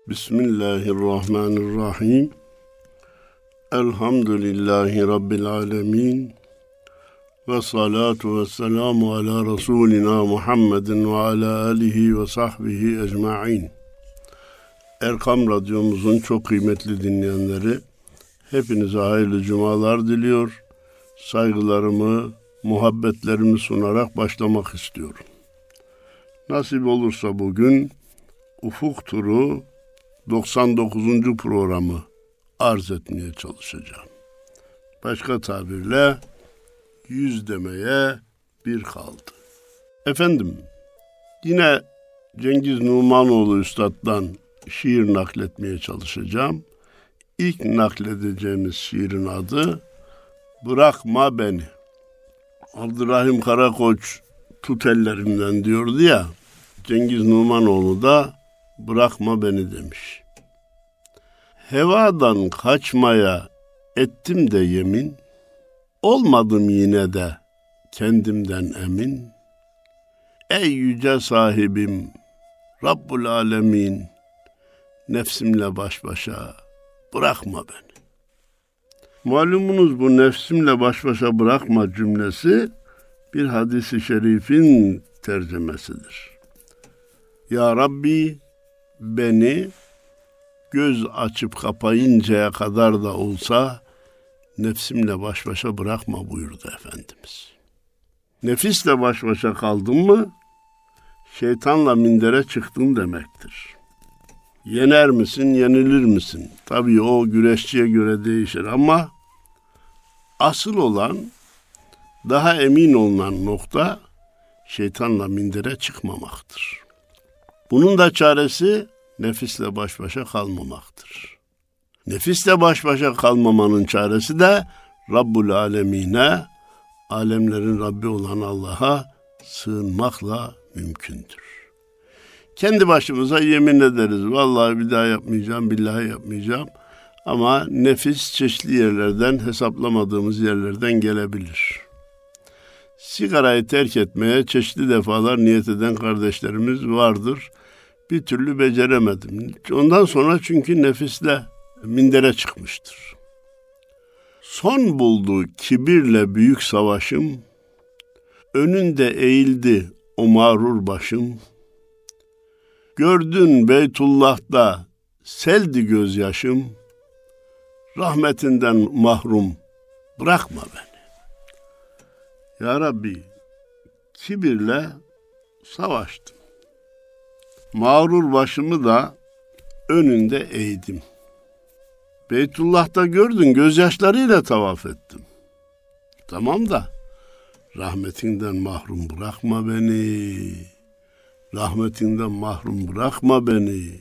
Bismillahirrahmanirrahim. Elhamdülillahi Rabbil alemin. Ve salatu ve selamu ala Resulina Muhammedin ve ala alihi ve sahbihi ecma'in. Erkam Radyomuzun çok kıymetli dinleyenleri, hepinize hayırlı cumalar diliyor. Saygılarımı, muhabbetlerimi sunarak başlamak istiyorum. Nasip olursa bugün Ufuk Turu 99. programı arz etmeye çalışacağım. Başka tabirle 100 demeye bir kaldı. Efendim, yine Cengiz Numanoğlu Üstad'dan şiir nakletmeye çalışacağım. İlk nakledeceğimiz şiirin adı Bırakma Beni. Abdurrahim Karakoç tut ellerimden diyordu ya, Cengiz Numanoğlu da bırakma beni demiş. Hevadan kaçmaya ettim de yemin, olmadım yine de kendimden emin. Ey yüce sahibim, Rabbul Alemin, nefsimle baş başa bırakma beni. Malumunuz bu nefsimle baş başa bırakma cümlesi bir hadis-i şerifin tercümesidir. Ya Rabbi, beni göz açıp kapayıncaya kadar da olsa nefsimle baş başa bırakma buyurdu Efendimiz. Nefisle baş başa kaldın mı şeytanla mindere çıktın demektir. Yener misin, yenilir misin? Tabii o güreşçiye göre değişir ama asıl olan, daha emin olunan nokta şeytanla mindere çıkmamaktır. Bunun da çaresi nefisle baş başa kalmamaktır. Nefisle baş başa kalmamanın çaresi de Rabbul Alemine, alemlerin Rabbi olan Allah'a sığınmakla mümkündür. Kendi başımıza yemin ederiz. Vallahi bir daha yapmayacağım, billahi yapmayacağım. Ama nefis çeşitli yerlerden, hesaplamadığımız yerlerden gelebilir. Sigarayı terk etmeye çeşitli defalar niyet eden kardeşlerimiz vardır. Bir türlü beceremedim. Ondan sonra çünkü nefisle mindere çıkmıştır. Son buldu kibirle büyük savaşım, önünde eğildi o mağrur başım. Gördün Beytullah'ta seldi gözyaşım, rahmetinden mahrum bırakma beni. Ya Rabbi, kibirle savaştım. Mağrur başımı da önünde eğdim. Beytullah'ta gördün, gözyaşlarıyla tavaf ettim. Tamam da rahmetinden mahrum bırakma beni. Rahmetinden mahrum bırakma beni.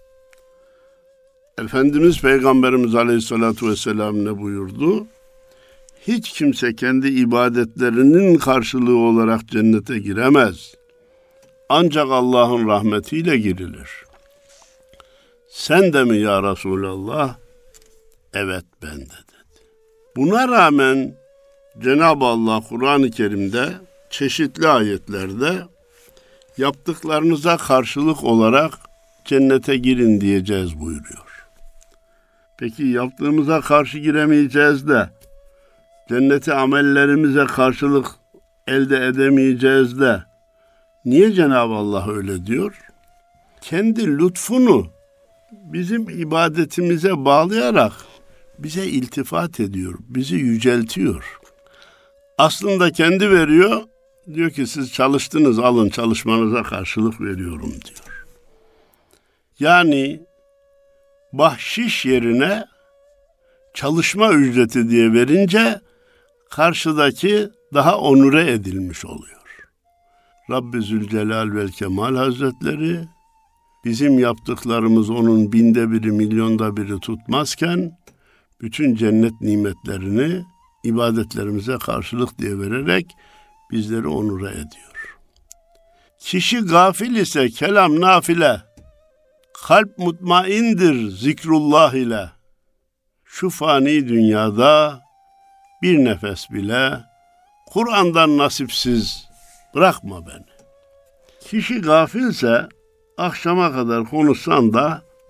Efendimiz Peygamberimiz Aleyhisselatü Vesselam ne buyurdu? Hiç kimse kendi ibadetlerinin karşılığı olarak cennete giremez. Ancak Allah'ın rahmetiyle girilir. Sen de mi ya Resulallah? Evet ben de dedi. Buna rağmen Cenab-ı Allah Kur'an-ı Kerim'de çeşitli ayetlerde yaptıklarınıza karşılık olarak cennete girin diyeceğiz buyuruyor. Peki yaptığımıza karşı giremeyeceğiz de cenneti amellerimize karşılık elde edemeyeceğiz de niye Cenab-ı Allah öyle diyor? Kendi lütfunu bizim ibadetimize bağlayarak bize iltifat ediyor, bizi yüceltiyor. Aslında kendi veriyor, diyor ki siz çalıştınız, alın çalışmanıza karşılık veriyorum diyor. Yani bahşiş yerine çalışma ücreti diye verince karşıdaki daha onure edilmiş oluyor. Rabbi Zülcelal vel Kemal Hazretleri bizim yaptıklarımız onun 1/1000'i, milyonda biri tutmazken bütün cennet nimetlerini ibadetlerimize karşılık diye vererek bizleri onure ediyor. Kişi gafil ise kelam nafile, kalp mutmaindir zikrullah ile. Şu fani dünyada bir nefes bile Kur'an'dan nasipsiz bırakma beni. Kişi gafilse akşama kadar konuşsan da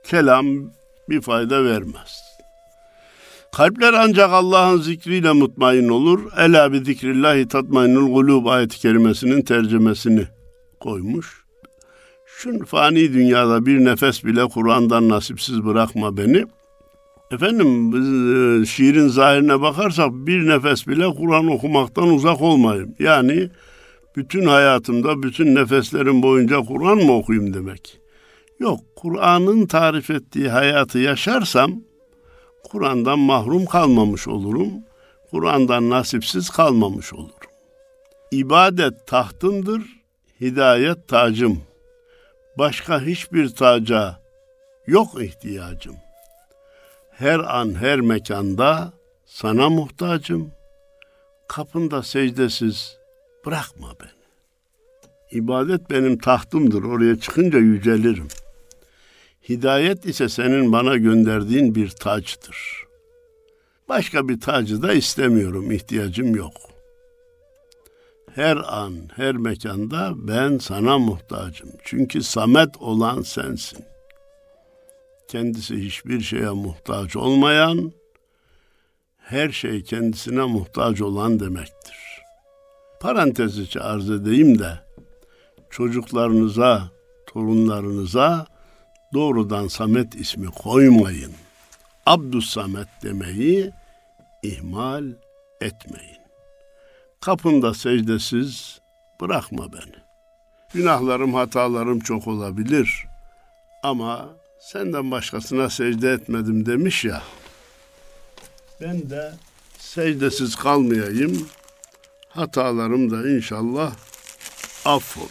kelam bir fayda vermez. Kalpler ancak Allah'ın zikriyle mutmain olur. Ela bi zikrillahi tatmainnul kulub ayet-i kerimesinin tercümesini koymuş. Şu fani dünyada bir nefes bile Kur'an'dan nasipsiz bırakma beni. Efendim şiirin zahirine bakarsak bir nefes bile Kur'an okumaktan uzak olmayayım. Yani bütün hayatımda, bütün nefeslerim boyunca Kur'an mı okuyayım demek. Yok, Kur'an'ın tarif ettiği hayatı yaşarsam Kur'an'dan mahrum kalmamış olurum. Kur'an'dan nasipsiz kalmamış olurum. İbadet tahtımdır, hidayet tacım. Başka hiçbir taca yok ihtiyacım. Her an, her mekanda sana muhtacım. Kapında secdesiz bırakma beni. İbadet benim tahtımdır, oraya çıkınca yücelirim. Hidayet ise senin bana gönderdiğin bir tacdır. Başka bir tacı da istemiyorum, ihtiyacım yok. Her an, her mekanda ben sana muhtacım. Çünkü samet olan sensin. Kendisi hiçbir şeye muhtaç olmayan, her şey kendisine muhtaç olan demektir. Parantez içi arz edeyim de, çocuklarınıza, torunlarınıza doğrudan Samet ismi koymayın. Abdüssamet demeyi ihmal etmeyin. Kapında secdesiz bırakma beni. Günahlarım, hatalarım çok olabilir. Ama senden başkasına secde etmedim demiş ya. Ben de secdesiz kalmayayım. Hatalarım da inşallah affolur.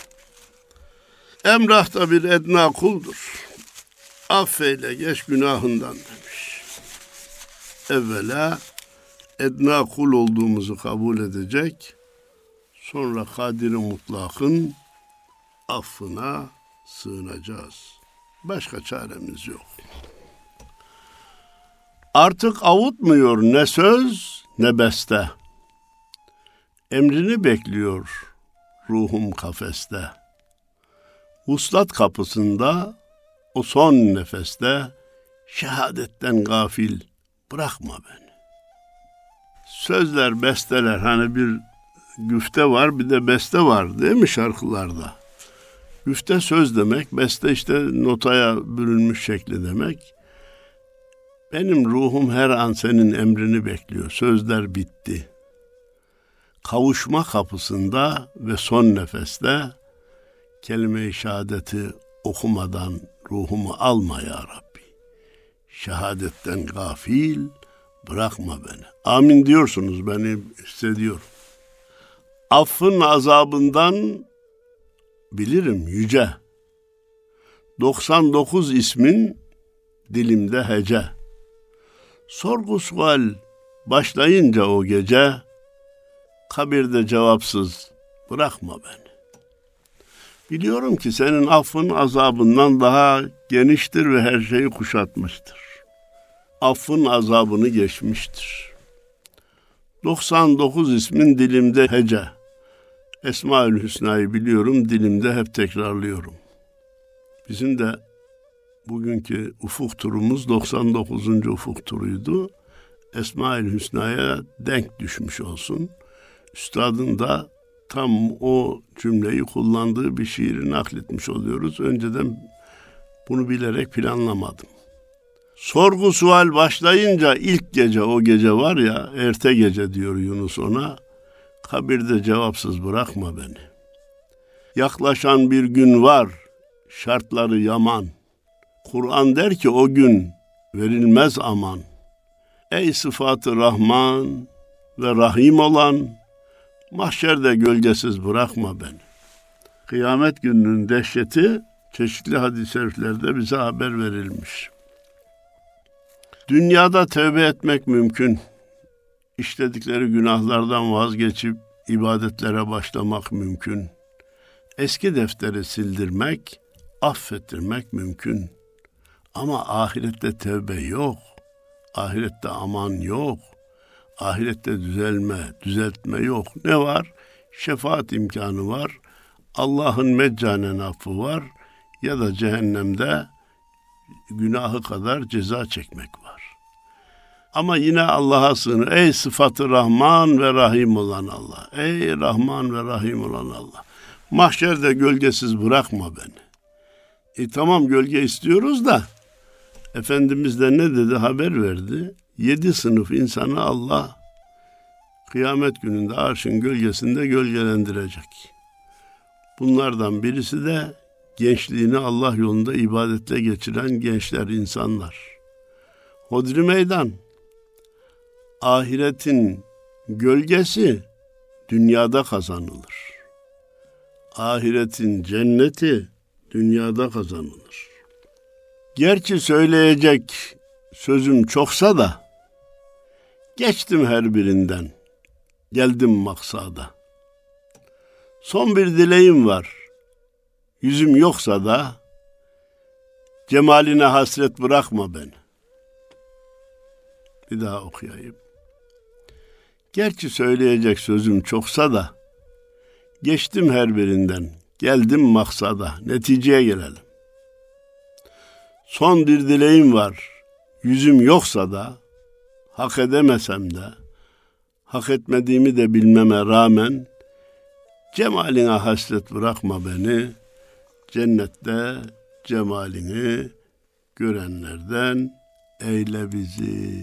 Emrah da bir edna kuldur. Affeyle geç günahından demiş. Evvela edna kul olduğumuzu kabul edecek. Sonra Kadir-i Mutlak'ın affına sığınacağız. Başka çaremiz yok. Artık avutmuyor ne söz ne beste. Emrini bekliyor ruhum kafeste. Vuslat kapısında o son nefeste şehadetten gafil bırakma beni. Sözler, besteler, hani bir güfte var bir de beste var değil mi şarkılarda? Güfte söz demek, beste işte notaya bürünmüş şekli demek. Benim ruhum her an senin emrini bekliyor. Sözler bitti. Kavuşma kapısında ve son nefeste kelime-i şehadeti okumadan ruhumu alma ya Rabbi. Şehadetten gafil bırakma beni. Amin diyorsunuz, beni hissediyorum. Affın azabından bilirim yüce. 99 ismin dilimde hece. Sorgu sual başlayınca o gece, kabirde cevapsız bırakma beni. Biliyorum ki senin affın azabından daha geniştir ve her şeyi kuşatmıştır. Affın azabını geçmiştir. 99 ismin dilimde hece. Esma-ül Hüsna'yı biliyorum, dilimde hep tekrarlıyorum. Bizim de bugünkü ufuk turumuz 99. ufuk turuydu. Esma-ül Hüsna'ya denk düşmüş olsun. Üstadın da tam o cümleyi kullandığı bir şiiri nakletmiş oluyoruz. Önceden bunu bilerek planlamadım. Sorgu sual başlayınca ilk gece, o gece var ya, erte gece diyor Yunus ona, kabirde cevapsız bırakma beni. Yaklaşan bir gün var, şartları yaman. Kur'an der ki o gün verilmez aman. Ey sıfatı Rahman ve Rahim olan, mahşerde gölgesiz bırakma beni. Kıyamet gününün dehşeti çeşitli hadis-i şeriflerde bize haber verilmiş. Dünyada tövbe etmek mümkün. İşledikleri günahlardan vazgeçip ibadetlere başlamak mümkün. Eski defteri sildirmek, affettirmek mümkün. Ama ahirette tövbe yok. Ahirette aman yok. Ahirette düzelme, düzeltme yok. Ne var? Şefaat imkanı var. Allah'ın meccanen affı var. Ya da cehennemde günahı kadar ceza çekmek var. Ama yine Allah'a sığınır. Ey sıfatı Rahman ve Rahim olan Allah. Ey Rahman ve Rahim olan Allah. Mahşerde gölgesiz bırakma beni. Tamam gölge istiyoruz da Efendimiz de ne dedi? Haber verdi. 7 sınıf insanı Allah kıyamet gününde arşın gölgesinde gölgelendirecek. Bunlardan birisi de gençliğini Allah yolunda ibadetle geçiren gençler, insanlar. Hodri meydan. Ahiretin gölgesi dünyada kazanılır. Ahiretin cenneti dünyada kazanılır. Gerçi söyleyecek sözüm çoksa da geçtim her birinden, geldim maksada. Son bir dileğim var, yüzüm yoksa da cemaline hasret bırakma beni. Bir daha okuyayım. Gerçi söyleyecek sözüm çoksa da geçtim her birinden, geldim maksada, neticeye gelelim. Son bir dileğim var, yüzüm yoksa da, hak edemesem de, hak etmediğimi de bilmeme rağmen, cemaline hasret bırakma beni, cennette cemalini görenlerden eyle bizi.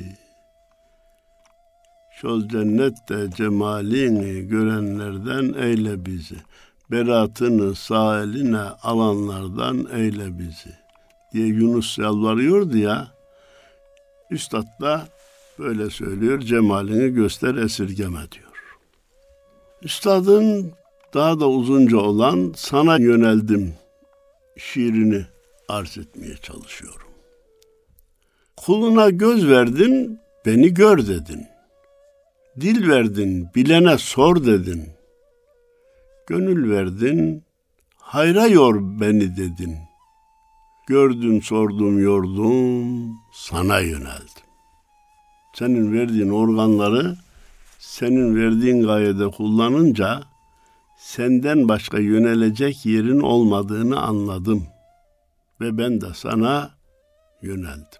Şol cennette cemalini görenlerden eyle bizi. Beratını sağ eline alanlardan eyle bizi. Diye Yunus yalvarıyordu ya. Üstad da böyle söylüyor. Cemalini göster esirgeme diyor. Üstadın daha da uzunca olan sana yöneldim şiirini arz etmeye çalışıyorum. Kuluna göz verdin, beni gör dedin. Dil verdin, bilene sor dedin. Gönül verdin, hayra yor beni dedin. Gördüm, sordum, yordum, sana yöneldim. Senin verdiğin organları, senin verdiğin gayede kullanınca, senden başka yönelecek yerin olmadığını anladım. Ve ben de sana yöneldim.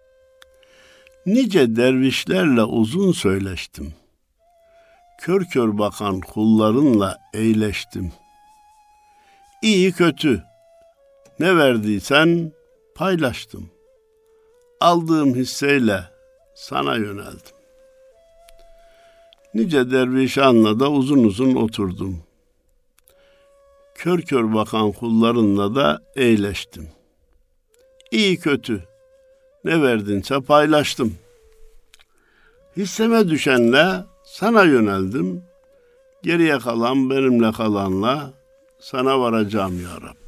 Nice dervişlerle uzun söyleştim. Kör kör bakan kullarınla eğleştim. İyi kötü, ne verdiysen paylaştım. Aldığım hisseyle sana yöneldim. Nice dervişanla da uzun uzun oturdum. Kör kör bakan kullarınla da eğleştim. İyi kötü, ne verdinse paylaştım. Hisseme düşenle sana yöneldim. Geriye kalan benimle kalanla sana varacağım ya Rabbi.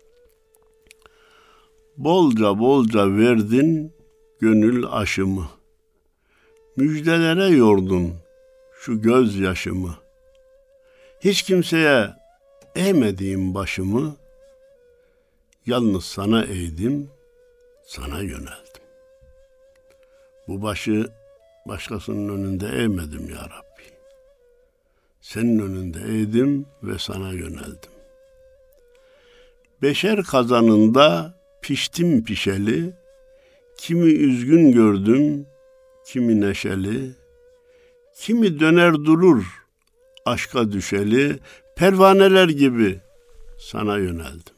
Bolca bolca verdin gönül aşımı. Müjdelere yordun şu gözyaşımı. Hiç kimseye eğmediğim başımı, yalnız sana eğdim, sana yöneldim. Bu başı başkasının önünde eğmedim ya Rabbi. Senin önünde eğdim ve sana yöneldim. Beşer kazanında piştim pişeli, kimi üzgün gördüm, kimi neşeli, kimi döner durur aşka düşeli, pervaneler gibi sana yöneldim.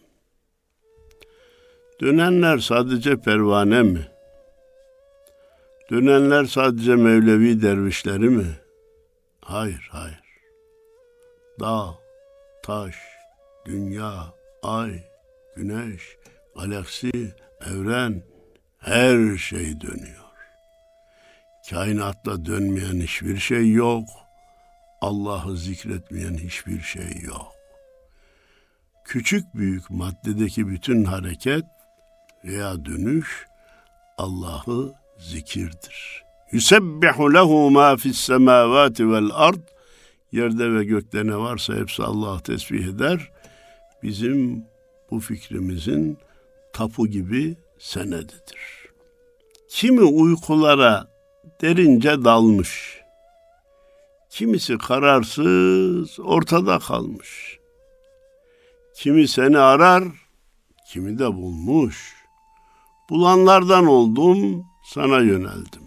Dönenler sadece pervane mi? Dönenler sadece Mevlevi dervişleri mi? Hayır, hayır. Dağ, taş, dünya, ay, güneş, galaksi, evren, her şey dönüyor. Kainatta dönmeyen hiçbir şey yok. Allah'ı zikretmeyen hiçbir şey yok. Küçük büyük maddedeki bütün hareket veya dönüş Allah'ı zikirdir. Yusebbihu lehu ma fis semavati vel ard. Yerde ve gökte ne varsa hepsi Allah'ı tesbih eder. Bizim bu fikrimizin tapu gibi senedidir. Kimi uykulara derince dalmış, kimisi kararsız ortada kalmış. Kimi seni arar, kimi de bulmuş. Bulanlardan oldum, sana yöneldim.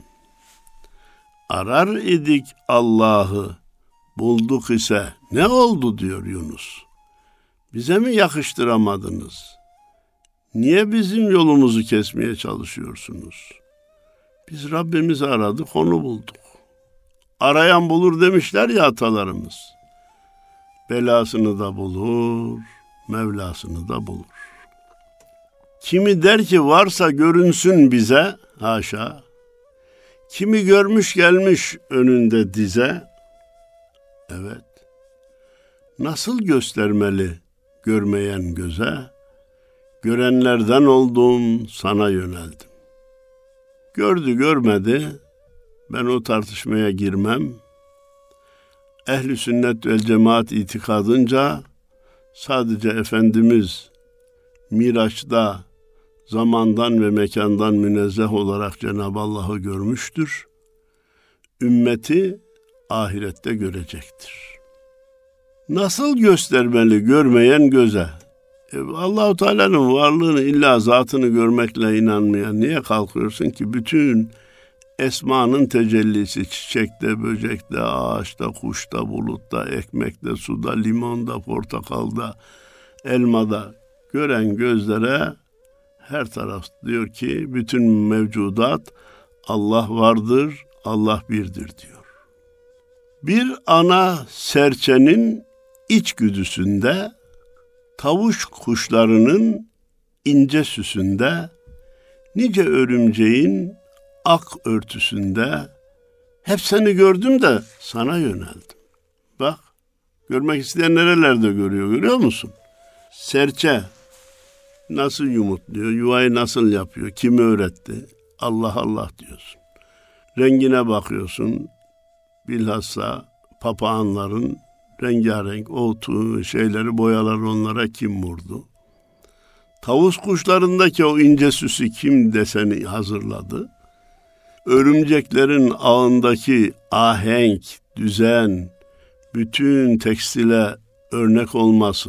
Arar idik Allah'ı, bulduk ise ne oldu diyor Yunus. Bize mi yakıştıramadınız? Niye bizim yolumuzu kesmeye çalışıyorsunuz? Biz Rabbimizi aradık, onu bulduk. Arayan bulur demişler ya atalarımız. Belasını da bulur, Mevlasını da bulur. Kimi der ki varsa görünsün bize, haşa. Kimi görmüş gelmiş önünde dize. Evet. Nasıl göstermeli görmeyen göze? Görenlerden oldum, sana yöneldim. Gördü görmedi, ben o tartışmaya girmem. Ehl-i sünnet vel cemaat itikadınca sadece Efendimiz Miraç'ta zamandan ve mekandan münezzeh olarak Cenab-ı Allah'ı görmüştür. Ümmeti ahirette görecektir. Nasıl göstermeli görmeyen göze? Allah-u Teala'nın varlığını illa zatını görmekle inanmayan niye kalkıyorsun ki? Bütün esmanın tecellisi çiçekte, böcekte, ağaçta, kuşta, bulutta, ekmekte, suda, limonda, portakalda, elmada gören gözlere her taraf diyor ki bütün mevcudat Allah vardır, Allah birdir diyor. Bir ana serçenin içgüdüsünde, tavuş kuşlarının ince süsünde, nice örümceğin ak örtüsünde hep seni gördüm de sana yöneldim. Bak, görmek isteyen nerelerde görüyor musun? Serçe nasıl yumurtluyor, yuvayı nasıl yapıyor, kim öğretti? Allah Allah diyorsun. Rengine bakıyorsun, bilhassa papağanların rengarenk şeyleri, boyaları onlara kim vurdu? Tavus kuşlarındaki o ince süsü kim deseni hazırladı? Örümceklerin ağındaki ahenk, düzen, bütün tekstile örnek olması.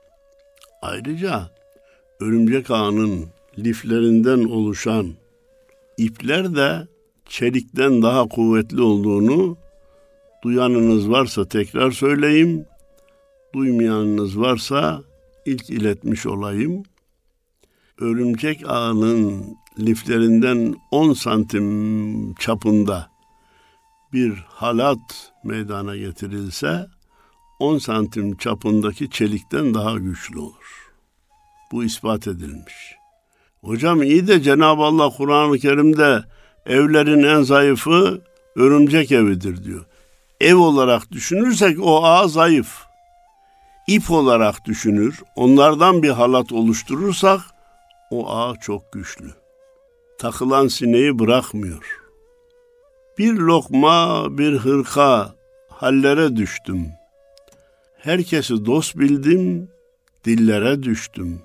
Ayrıca örümcek ağının liflerinden oluşan ipler de çelikten daha kuvvetli olduğunu duyanınız varsa tekrar söyleyeyim, duymayanınız varsa ilk iletmiş olayım. Örümcek ağının liflerinden 10 santim çapında bir halat meydana getirilse 10 santim çapındaki çelikten daha güçlü olur. Bu ispat edilmiş. Hocam iyi de Cenab-ı Allah Kur'an-ı Kerim'de evlerin en zayıfı örümcek evidir diyor. Ev olarak düşünürsek o ağ zayıf. İp olarak düşünür, onlardan bir halat oluşturursak o ağ çok güçlü. Takılan sineği bırakmıyor. Bir lokma, bir hırka hallere düştüm. Herkesi dost bildim, dillere düştüm.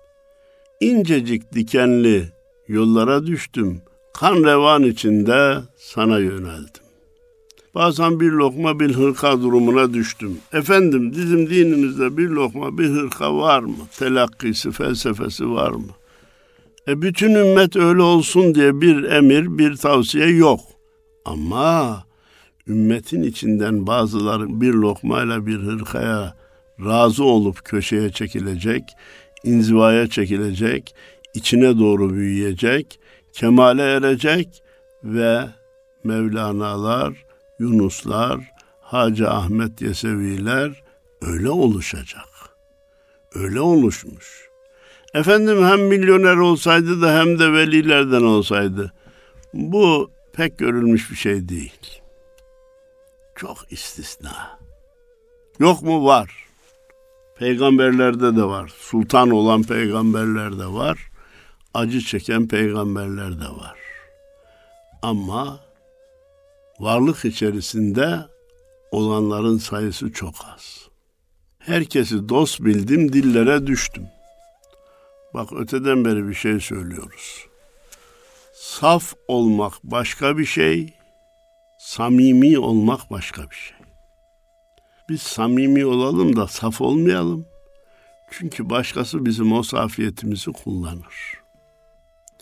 İncecik dikenli yollara düştüm. Kan revan içinde sana yöneldim. Bazen bir lokma bir hırka durumuna düştüm. Efendim bizim dinimizde bir lokma bir hırka var mı? Telakkisi, felsefesi var mı? Bütün ümmet öyle olsun diye bir emir, bir tavsiye yok. Ama ümmetin içinden bazıları bir lokmayla bir hırkaya razı olup köşeye çekilecek, inzivaya çekilecek, içine doğru büyüyecek, kemale erecek ve Mevlana'lar, Yunuslar, Hacı Ahmet Yeseviler öyle oluşacak. Öyle oluşmuş. Efendim hem milyoner olsaydı da hem de velilerden olsaydı. Bu pek görülmüş bir şey değil. Çok istisna. Yok mu? Var. Peygamberlerde de var. Sultan olan peygamberler de var. Acı çeken peygamberler de var. Ama varlık içerisinde olanların sayısı çok az. Herkesi dost bildim, dillere düştüm. Bak öteden beri bir şey söylüyoruz. Saf olmak başka bir şey, samimi olmak başka bir şey. Biz samimi olalım da saf olmayalım. Çünkü başkası bizim o safiyetimizi kullanır.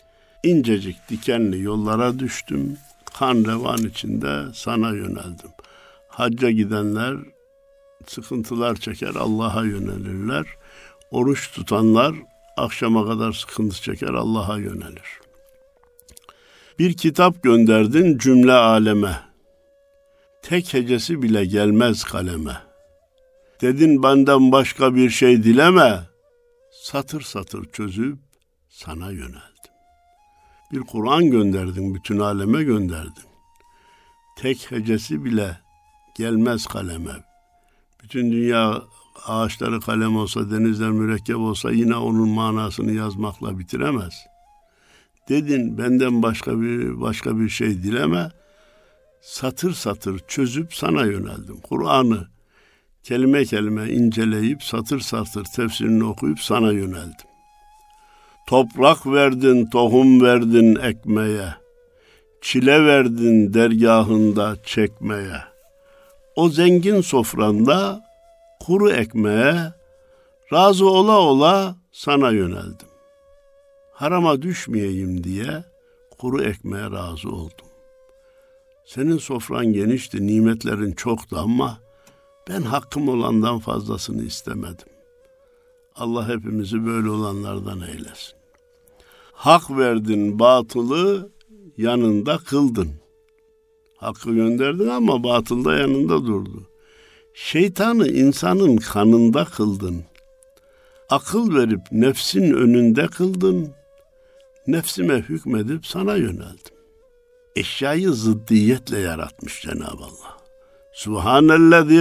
İncecik dikenli yollara düştüm. Kan revan içinde sana yöneldim. Hacca gidenler sıkıntılar çeker, Allah'a yönelirler. Oruç tutanlar akşama kadar sıkıntı çeker, Allah'a yönelir. Bir kitap gönderdin cümle aleme. Tek hecesi bile gelmez kaleme. Dedin benden başka bir şey dileme. Satır satır çözüp sana yöneldim. Bir Kur'an gönderdin, bütün aleme gönderdin. Tek hecesi bile gelmez kaleme. Bütün dünya ağaçları kalem olsa, denizler mürekkep olsa yine onun manasını yazmakla bitiremez. Dedin benden başka bir şey dileme. Satır satır çözüp sana yöneldim. Kur'an'ı kelime kelime inceleyip satır satır tefsirini okuyup sana yöneldim. Toprak verdin, tohum verdin ekmeye. Çile verdin dergahında çekmeye. O zengin sofranda kuru ekmeğe razı ola ola sana yöneldim. Harama düşmeyeyim diye kuru ekmeğe razı oldum. Senin sofran genişti, nimetlerin çoktu ama ben hakkım olandan fazlasını istemedim. Allah hepimizi böyle olanlardan eylesin. Hak verdin, batılı yanında kıldın. Hakkı gönderdin ama batıl da yanında durdu. Şeytanı insanın kanında kıldın. Akıl verip nefsin önünde kıldın. Nefsime hükmedip sana yöneldim. Eşyayı zıddiyetle yaratmış Cenab-ı Allah. Subhanellezî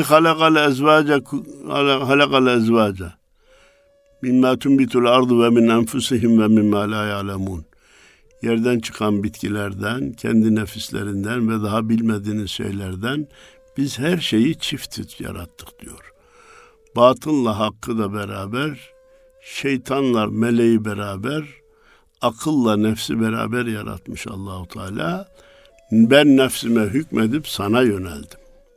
halakal ezvâce mimma tunbitul ardu ve min enfusihim ve mimma la ya'lemun. Yerden çıkan bitkilerden, kendi nefislerinden ve daha bilmediğiniz şeylerden biz her şeyi çift yarattık diyor. Batılla hakkı da beraber, şeytanlar meleği beraber, akılla nefsi beraber yaratmış Allahu Teala. Ben nefsime hükmedip sana yöneldim.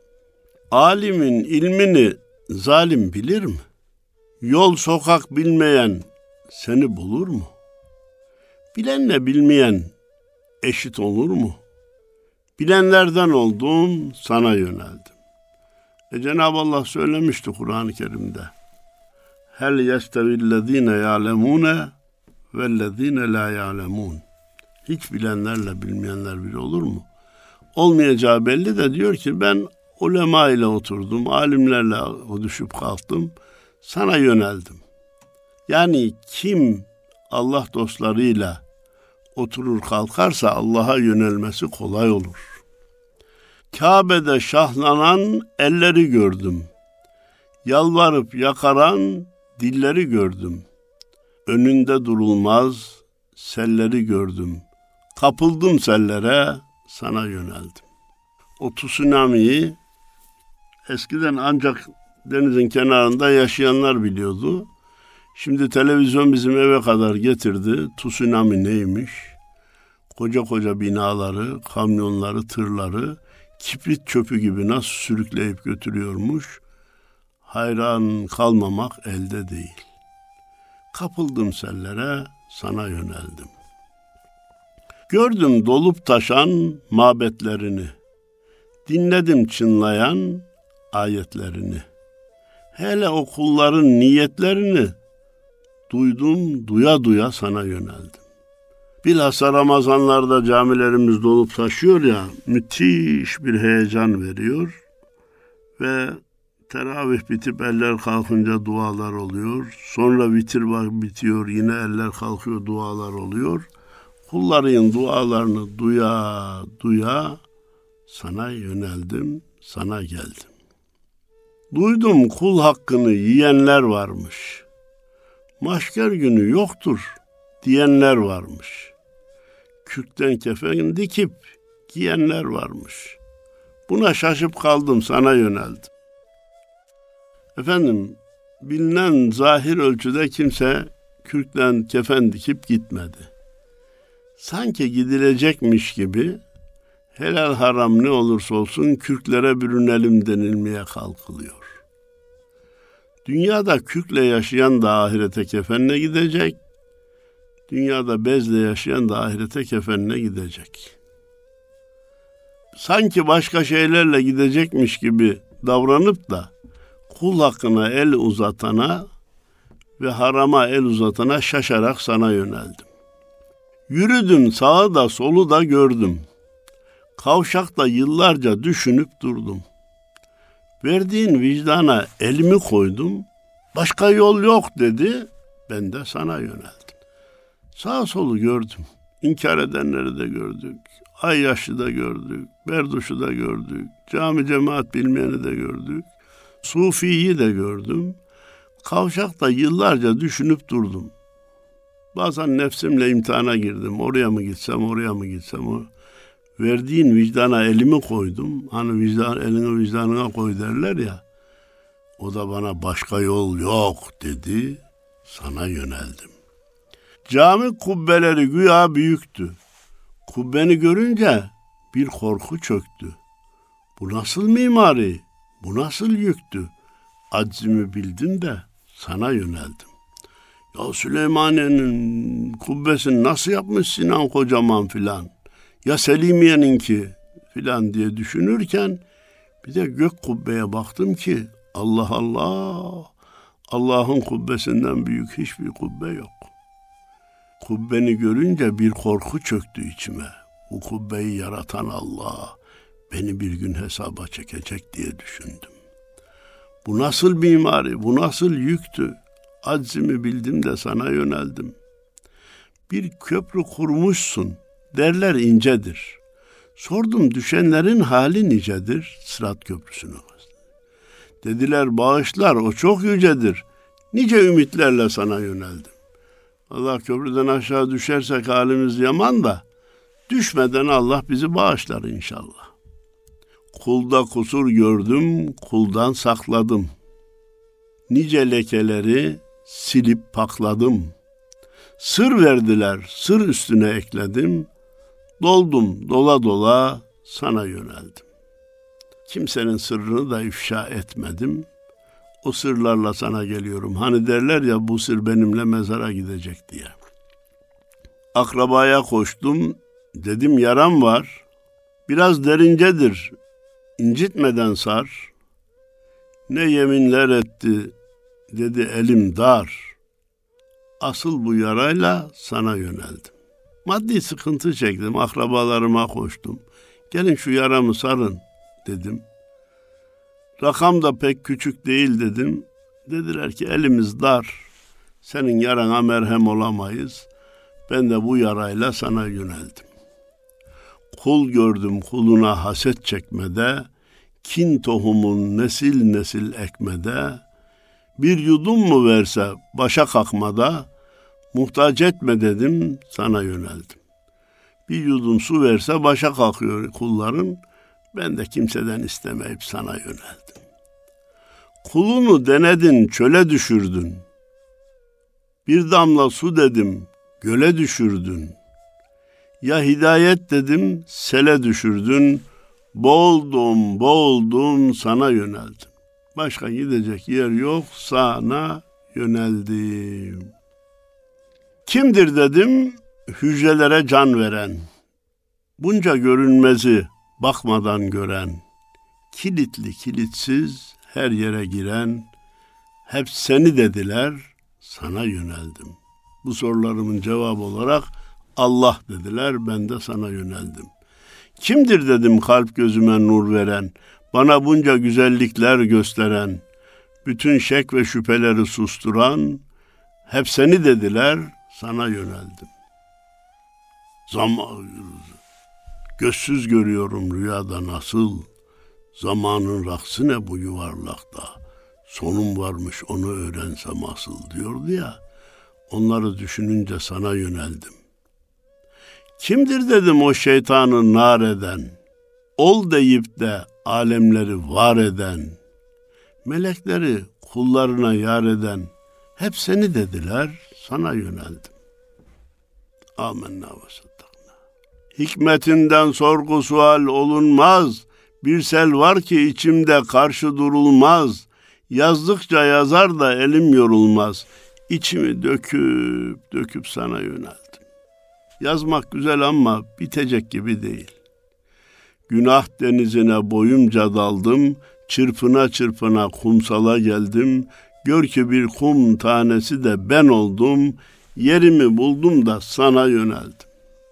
Alimin ilmini zalim bilir mi? Yol sokak bilmeyen seni bulur mu? Bilenle bilmeyen eşit olur mu? Bilenlerden oldum, sana yöneldim. Cenab-ı Allah söylemişti Kur'an-ı Kerim'de. Hel yestevillezine ya'lemune vellezine la ya'lemun. Hiç bilenlerle bilmeyenler bir olur mu? Olmayacağı belli de diyor ki ben ulema ile oturdum, alimlerle düşüp kalktım, sana yöneldim. Yani kim Allah dostlarıyla oturur kalkarsa Allah'a yönelmesi kolay olur. Kabe'de şahlanan elleri gördüm. Yalvarıp yakaran dilleri gördüm. Önünde durulmaz selleri gördüm. Kapıldım sellere, sana yöneldim. O tsunami'yi eskiden ancak denizin kenarında yaşayanlar biliyordu. Şimdi televizyon bizim eve kadar getirdi. Tsunami neymiş? Koca koca binaları, kamyonları, tırları kibrit çöpü gibi nasıl sürükleyip götürüyormuş. Hayran kalmamak elde değil. Kapıldım sellere, sana yöneldim. Gördüm dolup taşan mabetlerini. Dinledim çınlayan ayetlerini. Hele o kulların niyetlerini duydum, duya duya sana yöneldim. Bilhassa Ramazanlarda camilerimiz dolup taşıyor ya, müthiş bir heyecan veriyor ve teravih bitip eller kalkınca dualar oluyor. Sonra vitir bitiyor, yine eller kalkıyor, dualar oluyor. Kulların dualarını duya duya sana yöneldim, sana geldim. Duydum kul hakkını yiyenler varmış. Mahşer günü yoktur diyenler varmış. Kürkten kefen dikip giyenler varmış. Buna şaşıp kaldım, sana yöneldim. Efendim, bilinen zahir ölçüde kimse kürkten kefen dikip gitmedi. Sanki gidilecekmiş gibi helal haram ne olursa olsun kürklere bürünelim denilmeye kalkılıyor. Dünyada kürkle yaşayan da ahirete kefenle gidecek. Dünyada bezle yaşayan da ahirete kefenle gidecek. Sanki başka şeylerle gidecekmiş gibi davranıp da kul hakkına el uzatana ve harama el uzatana şaşarak sana yöneldim. Yürüdüm, sağı da solu da gördüm. Kavşakta yıllarca düşünüp durdum. Verdiğin vicdana elimi koydum. Başka yol yok dedi. Ben de sana yöneldim. Sağ solu gördüm. İnkar edenleri de gördük. Ayyaş'ı da gördük. Berduş'u da gördük. Cami cemaat bilmeyeni de gördük. Sufi'yi de gördüm. Kavşakta yıllarca düşünüp durdum. Bazen nefsimle imtihana girdim. Oraya mı gitsem, oraya mı gitsem? Verdiğin vicdana elimi koydum. Hani elini vicdanına koy derler ya. O da bana başka yol yok dedi. Sana yöneldim. Cami kubbeleri güya büyüktü. Kubbeni görünce bir korku çöktü. Bu nasıl mimari? Bu nasıl yüktü? Aczimi bildim de sana yöneldim. Ya Süleymaniye'nin kubbesini nasıl yapmış Sinan Kocaman filan? Ya Selimiye'ninki filan diye düşünürken bir de gök kubbeye baktım ki Allah Allah, Allah'ın kubbesinden büyük hiçbir kubbe yok. Kubbeni görünce bir korku çöktü içime. Bu kubbeyi yaratan Allah beni bir gün hesaba çekecek diye düşündüm. Bu nasıl mimari, bu nasıl yüktü? Aczimi bildim de sana yöneldim. Bir köprü kurmuşsun, derler incedir. Sordum düşenlerin hali nicedir? Sırat köprüsünü kastım. Dediler bağışlar, o çok yücedir. Nice ümitlerle sana yöneldim. Allah köprüden aşağı düşersek halimiz yaman da, düşmeden Allah bizi bağışlar inşallah. Kulda kusur gördüm, kuldan sakladım. Nice lekeleri silip pakladım. Sır verdiler, sır üstüne ekledim. Doldum, dola dola sana yöneldim. Kimsenin sırrını da ifşa etmedim. O sırlarla sana geliyorum. Hani derler ya bu sır benimle mezara gidecek diye. Akrabaya koştum, dedim yaram var. Biraz derincedir, incitmeden sar. Ne yeminler etti, dedi elim dar. Asıl bu yarayla sana yöneldim. Maddi sıkıntı çektim, akrabalarıma koştum. Gelin şu yaramı sarın dedim. Rakam da pek küçük değil dedim. Dediler ki elimiz dar, senin yarana merhem olamayız. Ben de bu yarayla sana yöneldim. Kul gördüm kuluna haset çekmede, kin tohumun nesil nesil ekmede, bir yudum mu verse başa kalkmada, muhtaç etme dedim sana yöneldim. Bir yudum su verse başa kalkıyor kulların, ben de kimseden istemeyip sana yöneldim. Kulunu denedin çöle düşürdün, bir damla su dedim göle düşürdün. Ya hidayet dedim sele düşürdün, boğuldum sana yöneldim. Başka gidecek yer yok, sana yöneldim. Kimdir dedim, hücrelere can veren, bunca görünmezi bakmadan gören, kilitli kilitsiz her yere giren, hep seni dediler, sana yöneldim. Bu sorularımın cevabı olarak Allah dediler, ben de sana yöneldim. Kimdir dedim kalp gözüme nur veren, bana bunca güzellikler gösteren, bütün şek ve şüpheleri susturan, hep seni dediler, sana yöneldim. Gözsüz görüyorum rüyada nasıl, zamanın raksı ne bu yuvarlakta, sonum varmış onu öğrensem asıl diyordu ya, onları düşününce sana yöneldim. Kimdir dedim o şeytanı nar eden, ol deyip de alemleri var eden, melekleri kullarına yar eden, hep seni dediler, sana yöneldim. Âmennâ ve saddaknâ. Hikmetinden sorgu sual olunmaz, bir sel var ki içimde karşı durulmaz, yazdıkça yazar da elim yorulmaz. İçimi döküp döküp sana yöneldim. Yazmak güzel ama bitecek gibi değil. Günah denizine boyumca daldım, çırpına çırpına kumsala geldim. Gör ki bir kum tanesi de ben oldum, yerimi buldum da sana yöneldim.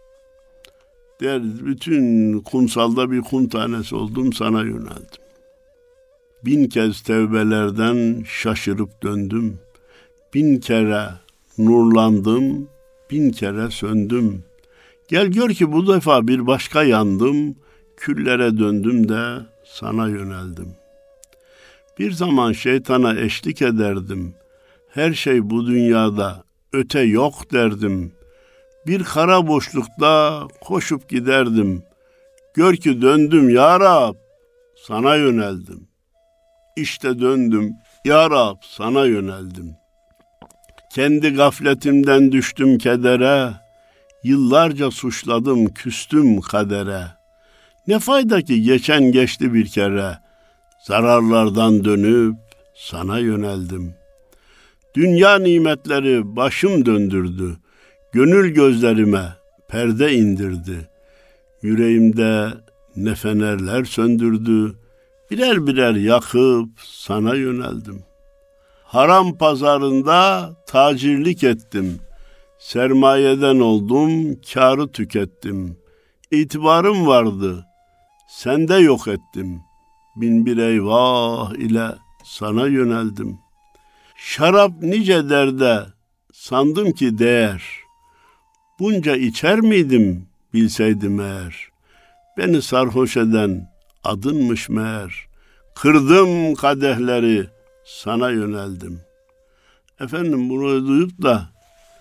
Bütün kumsalda bir kum tanesi oldum, sana yöneldim. 1000 kez tevbelerden şaşırıp döndüm. 1000 kere nurlandım, 1000 kere söndüm. Gel gör ki bu defa bir başka yandım, küllere döndüm de sana yöneldim. Bir zaman şeytana eşlik ederdim. Her şey bu dünyada öte yok derdim. Bir kara boşlukta koşup giderdim. Gör ki döndüm ya Rab, sana yöneldim. İşte döndüm ya Rab, sana yöneldim. Kendi gafletimden düştüm kedere. Yıllarca suçladım, küstüm kadere. Ne fayda ki geçen geçti bir kere. Zararlardan dönüp sana yöneldim. Dünya nimetleri başım döndürdü. Gönül gözlerime perde indirdi. Yüreğimde ne fenerler söndürdü. Birer birer yakıp sana yöneldim. Haram pazarında tacirlik ettim. Sermayeden oldum, kârı tükettim. İtibarım vardı, sende yok ettim. Bin bir eyvah ile sana yöneldim. Şarap nice derde, sandım ki değer. Bunca içer miydim, bilseydim eğer. Beni sarhoş eden adınmış meğer. Kırdım kadehleri, sana yöneldim. Efendim bunu duyup da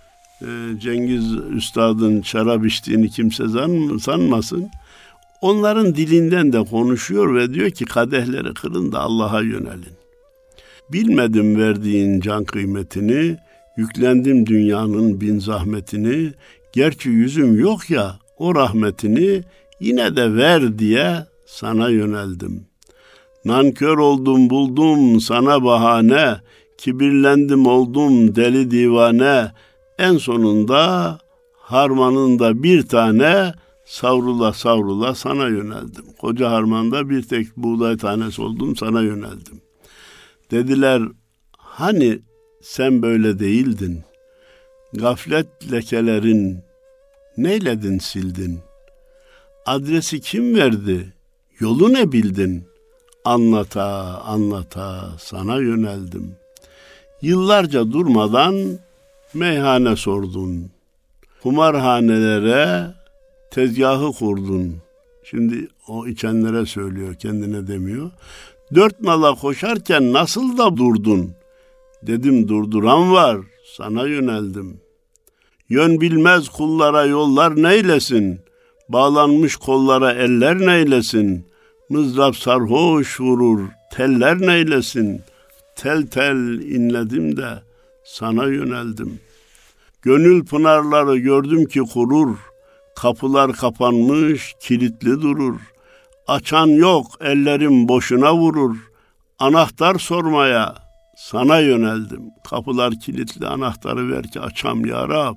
Cengiz Üstad'ın şarap içtiğini kimse sanmasın. Onların dilinden de konuşuyor ve diyor ki kadehleri kırın da Allah'a yönelin. Bilmedim verdiğin can kıymetini, yüklendim dünyanın bin zahmetini, gerçi yüzüm yok ya o rahmetini yine de ver diye sana yöneldim. Nankör oldum buldum sana bahane, kibirlendim oldum deli divane, en sonunda harmanında bir tane savrula savrula sana yöneldim. Koca harmanda bir tek buğday tanesi oldum, sana yöneldim. Dediler hani sen böyle değildin, gaflet lekelerin neyledin sildin, adresi kim verdi, yolu ne bildin, anlata anlata sana yöneldim. Yıllarca durmadan meyhane sordun, kumarhanelere tezgahı kurdun. Şimdi o içenlere söylüyor, kendine demiyor. 4 nala koşarken nasıl da durdun? Dedim durduran var, sana yöneldim. Yön bilmez kullara yollar neylesin? Bağlanmış kollara eller neylesin? Mızrap sarhoş vurur, teller neylesin? Tel tel inledim de sana yöneldim. Gönül pınarları gördüm ki kurur, kapılar kapanmış, kilitli durur. Açan yok, ellerim boşuna vurur. Anahtar sormaya sana yöneldim. Kapılar kilitli, anahtarı ver ki açam ya Rab.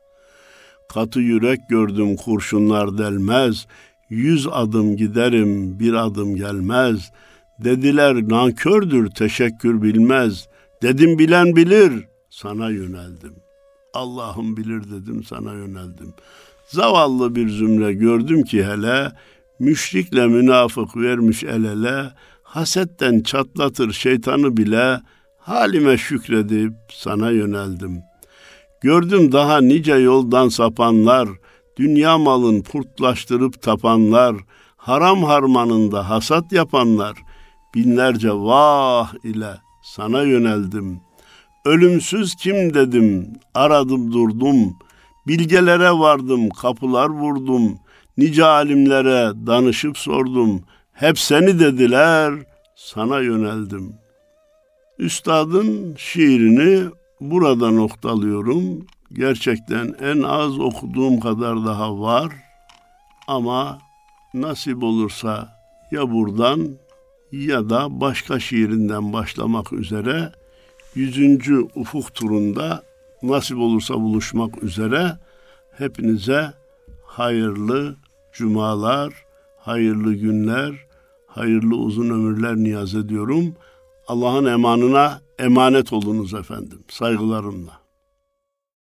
Katı yürek gördüm, kurşunlar delmez. 100 adım giderim, bir adım gelmez. Dediler nankördür, teşekkür bilmez. Dedim bilen bilir, sana yöneldim. Allah'ım bilir dedim, sana yöneldim. Zavallı bir zümre gördüm ki hele, müşrikle münafık vermiş el ele, hasetten çatlatır şeytanı bile, halime şükredip sana yöneldim. Gördüm daha nice yoldan sapanlar, dünya malın purtlaştırıp tapanlar, haram harmanında hasat yapanlar, binlerce vah ile sana yöneldim. Ölümsüz kim dedim, aradım durdum, bilgelere vardım, kapılar vurdum, nice alimlere danışıp sordum, hep seni dediler, sana yöneldim. Üstadın şiirini burada noktalıyorum. Gerçekten en az okuduğum kadar daha var ama nasip olursa ya buradan ya da başka şiirinden başlamak üzere 100. ufuk turunda nasip olursa buluşmak üzere. Hepinize hayırlı cumalar, hayırlı günler, hayırlı uzun ömürler niyaz ediyorum. Allah'ın emanına emanet olunuz efendim. Saygılarımla.